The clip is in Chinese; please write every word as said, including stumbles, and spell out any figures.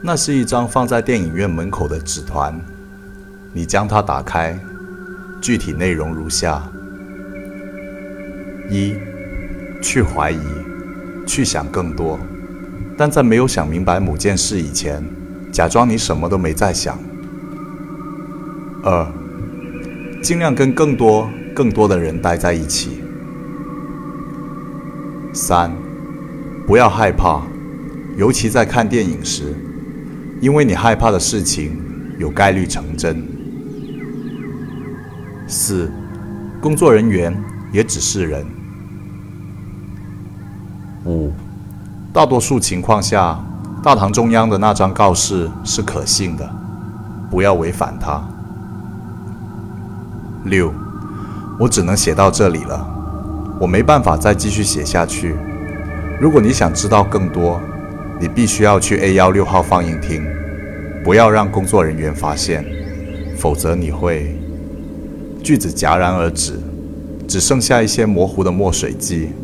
那是一张放在电影院门口的纸团，你将它打开，具体内容如下：一、去怀疑，去想更多，但在没有想明白某件事以前，假装你什么都没在想。二、尽量跟更多、更多的人待在一起。三、不要害怕，尤其在看电影时，因为你害怕的事情有概率成真。四、工作人员也只是人。五、大多数情况下，大堂中央的那张告示是可信的，不要违反它。六、我只能写到这里了，我没办法再继续写下去。如果你想知道更多，你必须要去 A 一六 号放映厅，不要让工作人员发现，否则你会……句子戛然而止，只剩下一些模糊的墨水迹。